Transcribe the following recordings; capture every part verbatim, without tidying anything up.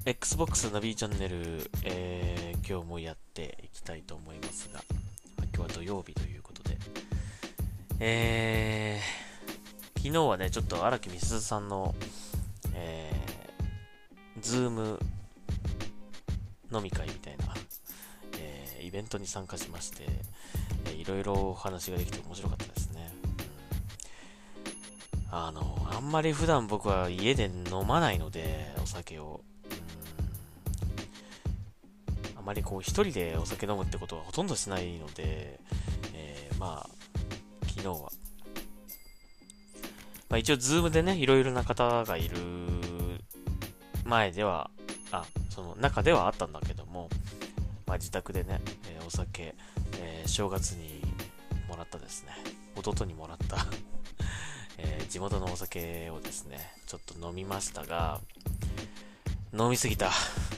Xbox ナビチャンネル、えー今日もやっていきたいと思いますが、今日は土曜日ということで、えー、昨日はね、ちょっと荒木美鈴さんの、えー、ズーム飲み会みたいな、えーイベントに参加しまして、えーいろいろお話ができて面白かったですね。うん、あの、あんまり普段僕は家で飲まないので、お酒を。あまりこう一人でお酒飲むってことはほとんどしないので、えーまあ、昨日は、まあ、一応ズームでね、いろいろな方がいる前では、あ、その中ではあったんだけども、まあ、自宅でね、えーお酒、えー正月にもらったですね、弟にもらったえー地元のお酒をですね、ちょっと飲みましたが、飲みすぎた。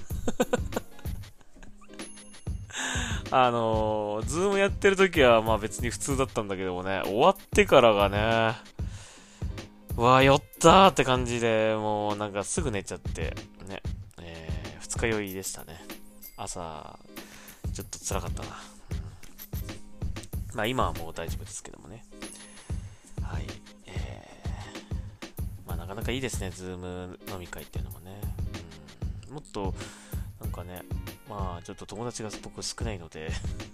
あのー、ズームやってる時はまあ別に普通だったんだけどもね、終わってからがね、うわー、酔ったーって感じで、もうなんかすぐ寝ちゃって、ね、えー、二日酔いでしたね。朝、ちょっと辛かったな。まあ今はもう大丈夫ですけどもね。はい。えー、まあなかなかいいですね、ズーム飲み会っていうのもね。うん、もっと、なんかね、まあちょっと友達が僕少ないので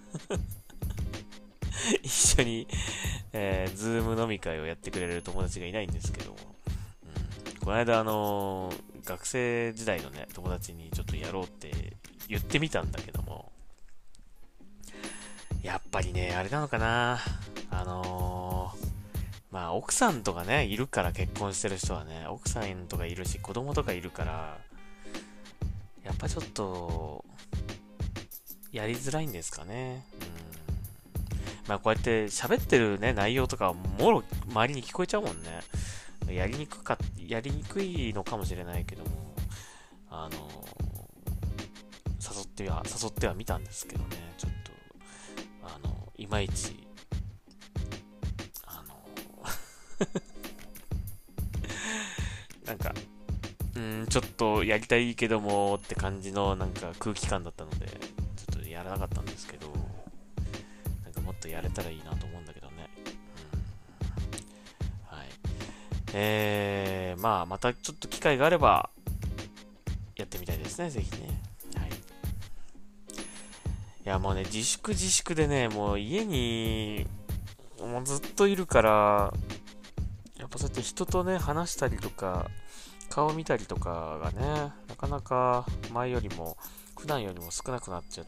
一緒に、えー、ズーム飲み会をやってくれる友達がいないんですけども、うん、この間あのー学生時代のね、友達にちょっとやろうって言ってみたんだけども、やっぱりね、あれなのかな、あのーまあ奥さんとかね、いるから結婚してる人はね、奥さんとかいるし、子供とかいるから、やっぱちょっと、やりづらいんですかね。うん。まあこうやって喋ってるね、内容とかはもろ周りに聞こえちゃうもんね。やりにくか、やりにくいのかもしれないけども、あの、誘っては、誘ってはみたんですけどね、ちょっと、あの、いまいち、あの、なんか、うん、ちょっとやりたいけどもって感じのなんか空気感だったので、ちょっとやらなかったんですけど、なんかもっとやれたらいいなと思うんだけどね。うん、はい。えー、まあ、またちょっと機会があれば、やってみたいですね、ぜひね。はい。いや、もうね、自粛自粛でね、もう家に、もうずっといるから、やっぱそうやって人とね、話したりとか、顔見たりとかがね、なかなか前よりも、普段よりも少なくなっちゃって、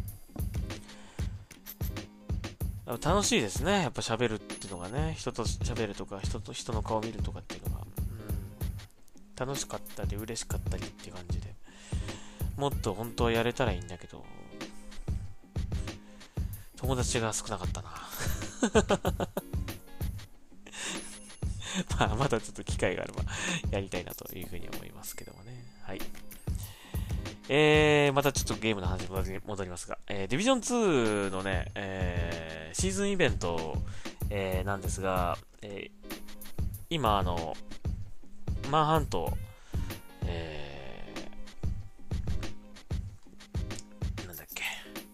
楽しいですね。やっぱ喋るっていうのがね、人と喋るとか、人と人の顔見るとかっていうのが、うん、楽しかったり嬉しかったりっていう感じで、もっと本当はやれたらいいんだけど、友達が少なかったな。まあ、またちょっと機会があればやりたいなというふうに思いますけどもね。はい。えー、またちょっとゲームの話に戻り戻りますが、えー、ディビジョンツーのね、えー、シーズンイベント、えー、なんですが、えー、今、あの、マンハント、えー、なんだっけ、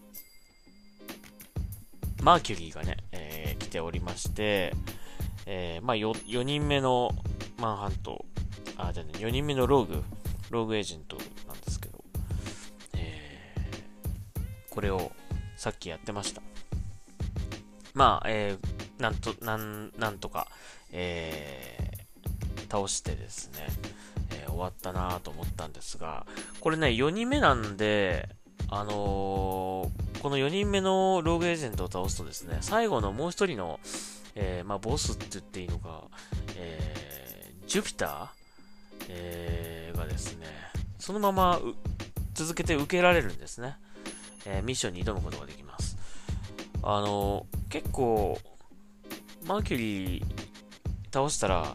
マーキュリーがね、えー、来ておりまして、えー、まあ 4, よにんめのマンハント、あ、じゃあね、よにんめのローグ、ローグエージェントなんですけど、えー、これをさっきやってました。まあ、えー、なんと、なん、なんとか、えー、倒してですね、えー終わったなと思ったんですが、これね、よにんめなんで、あのーこのよにんめのローグエージェントを倒すとですね、最後のもう一人の、えー、まあ、ボスって言っていいのか、えー、ジュピター、えー、がですね、そのまま続けて受けられるんですね。えー、ミッションに挑むことができます。あのー結構、マーキュリー倒したら、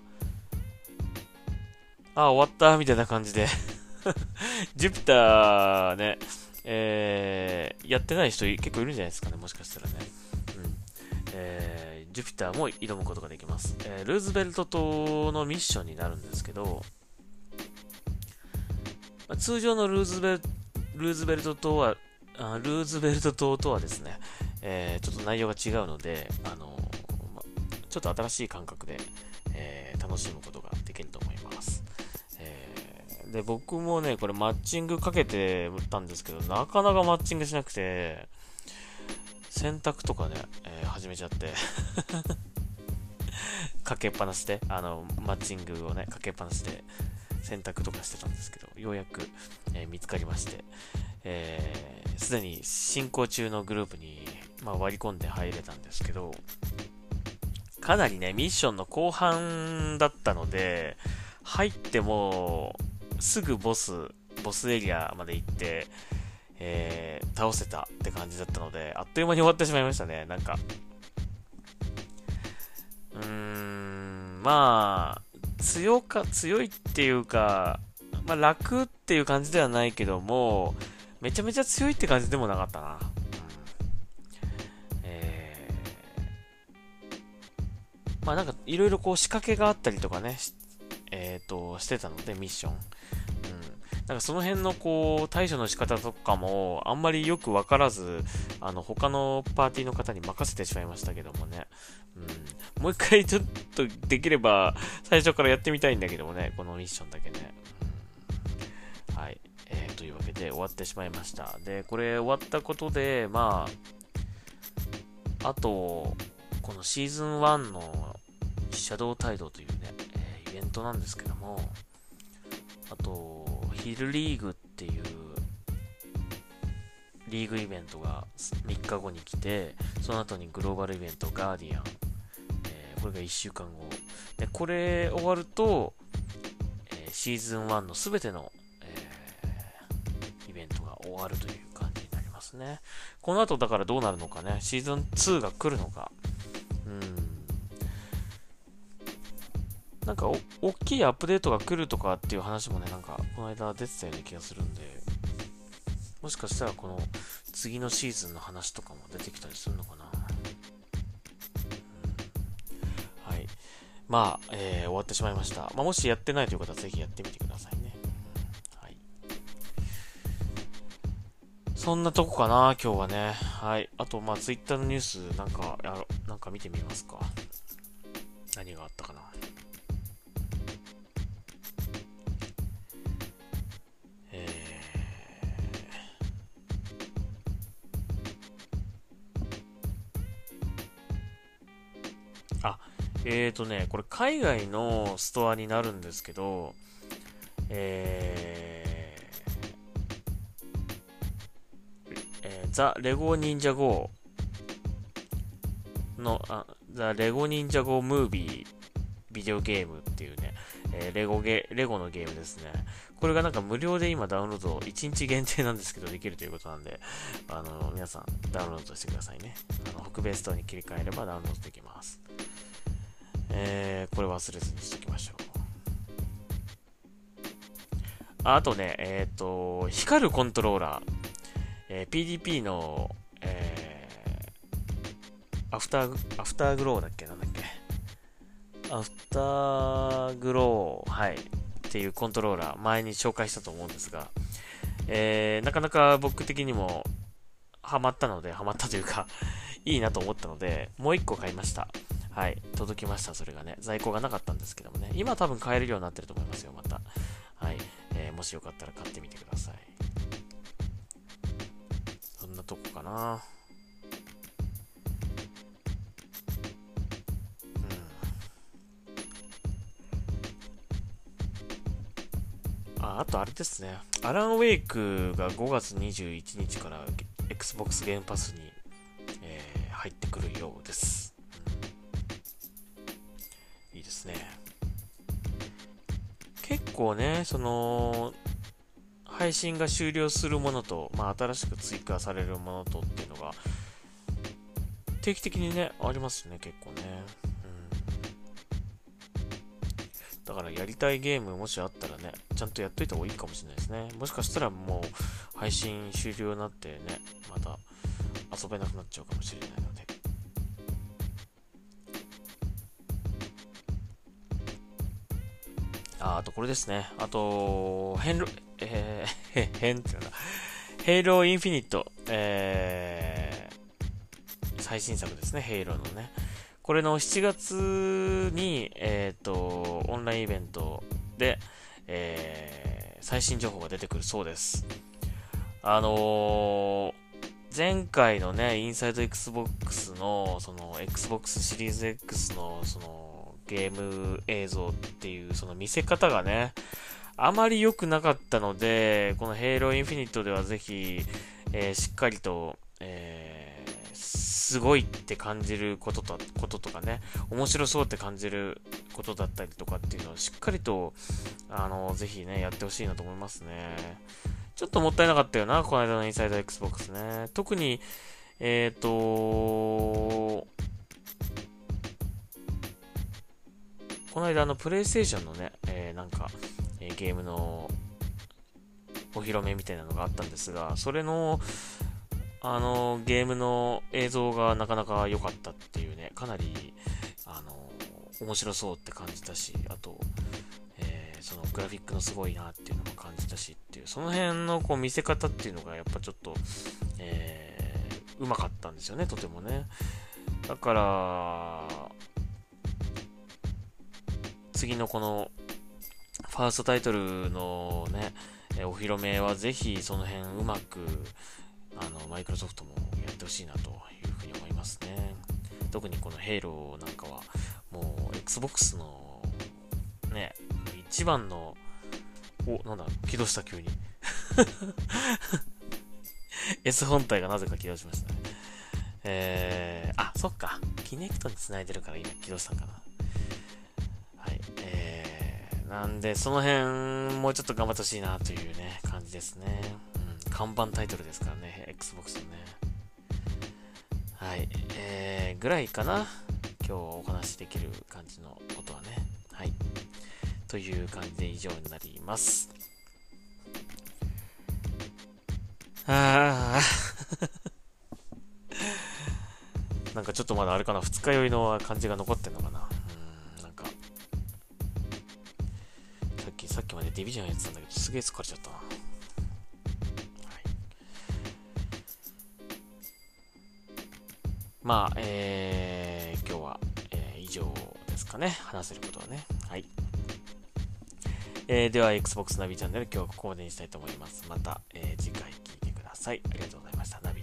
あ、終わったみたいな感じでジュピターね、えー、やってない人結構いるんじゃないですかね、もしかしたらね。うん。えー、ジュピターも挑むことができます。えー、ルーズベルト島のミッションになるんですけど、 まあ、通常のルーズベルルーズベルト島は、あルーズベルト島とはですね、えー、ちょっと内容が違うので、あのまあ、ちょっと新しい感覚で、えー、楽しむことができると思います。えー、で、僕もね、これマッチングかけてたんですけど、なかなかマッチングしなくて、洗濯とかね、えー始めちゃってかけっぱなしで、あの、マッチングをね、かけっぱなしで洗濯とかしてたんですけど、ようやく、えー見つかりまして、えーすでに進行中のグループに、まあ、割り込んで入れたんですけど、かなりね、ミッションの後半だったので、入っても、すぐボス、ボスエリアまで行って、えー倒せたって感じだったので、あっという間に終わってしまいましたね、なんか。うーん、まあ、強か、強いっていうか、まあ楽っていう感じではないけども、めちゃめちゃ強いって感じでもなかったな。うん、えー、まあなんかいろいろこう仕掛けがあったりとかね、しえっ、と、してたので、ミッション。うん。なんかその辺のこう、対処の仕方とかも、あんまりよくわからず、あの、他のパーティーの方に任せてしまいましたけどもね。うん。もう一回ちょっとできれば、最初からやってみたいんだけどもね、このミッションだけね。うん、はい。えー、というわけで終わってしまいました。で、これ終わったことで、まあ、あと、このシーズンワンのシャドウタイドというね、えーイベントなんですけども、あと、ヒルリーグっていうリーグイベントがみっかごに来て、その後にグローバルイベントガーディアン、えーこれがいっしゅうかんご。で、これ終わると、えーシーズンワンのすべての、えーイベントが終わるという感じになりますね。この後だからどうなるのかね、シーズンツーが来るのか、うん、なんかお、大きいアップデートが来るとかっていう話もね、なんか、この間出てたような気がするんで、もしかしたらこの次のシーズンの話とかも出てきたりするのかな。うん、はい。まあ、えー終わってしまいました。まあ、もしやってないという方はぜひやってみてくださいね。はい。そんなとこかな、今日はね。はい。あと、まあ、ツイッターのニュース、なんか、やろ、なんか見てみますか。何があったかな。えー、あ、えーとね、これ海外のストアになるんですけど、えーえーザ・レゴ忍者ゴーの、あ、ザ・レゴ忍者ゴームービービデオゲームっていうね、えーレゴゲ、レゴのゲームですね。これがなんか無料で今ダウンロード、いちにち限定なんですけど、できるということなんで、あの、皆さんダウンロードしてくださいね。あの北米ストアに切り替えればダウンロードできます。えー、これ忘れずにしておきましょう。ああとね、えっ、と、光るコントローラー、えー ピーディーピー の、えーアフター、アフターグローだっけなんだっけアフターグロー、はい。っていうコントローラー、前に紹介したと思うんですが、えーなかなか僕的にもハマったので、ハマったというかいいなと思ったので、もう一個買いました。はい。届きました、それがね。在庫がなかったんですけどもね。今多分買えるようになってると思いますよ、また。はい。えーもしよかったら買ってみてください。そんなとこかな。うん。あ、あとあれですね。アラン・ウェイクがごがつにじゅういちにちから Xbox ゲームパスに、えー入ってくるようです。いいですね。結構ね、その、配信が終了するものと、まあ、新しく追加されるものとっていうのが、定期的にね、ありますね、結構ね。うん。だからやりたいゲームもしあったらね、ちゃんとやっといた方がいいかもしれないですね。もしかしたらもう配信終了になってね、また遊べなくなっちゃうかもしれないので。あ、あとこれですね。あと、ヘンロ、 えー、へ、変っていうのかな。ヘイローインフィニット、えー、最新作ですね、ヘイローのね。これのしちがつに、えっ、ー、と、オンラインイベントで、えー、最新情報が出てくるそうです。あのー、前回のね、インサイド Xbox の、その、Xbox シリーズ X の、その、ゲーム映像っていう、その見せ方がね、あまり良くなかったので、この Halo Infinite ではぜひ、えー、しっかりと、えー、すごいって感じることと、こととかね、面白そうって感じることだったりとかっていうのをしっかりと、あの、ぜひね、やってほしいなと思いますね。ちょっともったいなかったよな、この間のインサイド Xbox ね。特に、えっ、ー、とこの間あの、プレイステーションのね、えー、なんか、えー、ゲームのお披露目みたいなのがあったんですが、それの、あの、ゲームの映像がなかなか良かったっていうね、かなり、あの、面白そうって感じたし、あと、えー、そのグラフィックのすごいなっていうのも感じたしっていう、その辺のこう見せ方っていうのがやっぱちょっと、えー、うまかったんですよね、とてもね。だから、次のこの、ファーストタイトルのね、お披露目はぜひその辺うまく、あの、マイクロソフトもやってほしいなというふうに思いますね。特にこのヘイローなんかは、もう Xbox のね、一番の、お、なんだ、起動した急に。S 本体がなぜか起動しましたね。えー、あ、そっか。キネクトに繋いでるから今起動したんかな。はい。えー、なんで、その辺、もうちょっと頑張ってほしいなというね、感じですね。うん、看板タイトルですからね、Xbox のね。はい。えー、ぐらいかな。今日お話しできる感じのことはね。はい。という感じで以上になります。あー。なんかちょっとまだあれかな、二日酔いの感じが残ってんのかな。うん、なんか、さっき、さっきまでディビジョンやってたんだけど、すげえ疲れちゃったな。はい。まあ、えー、今日は、えー、以上ですかね。話せることはね。はい。えー、では、Xbox ナビチャンネル、今日はここまでにしたいと思います。また、えー、次回聞いてください。ありがとうございました。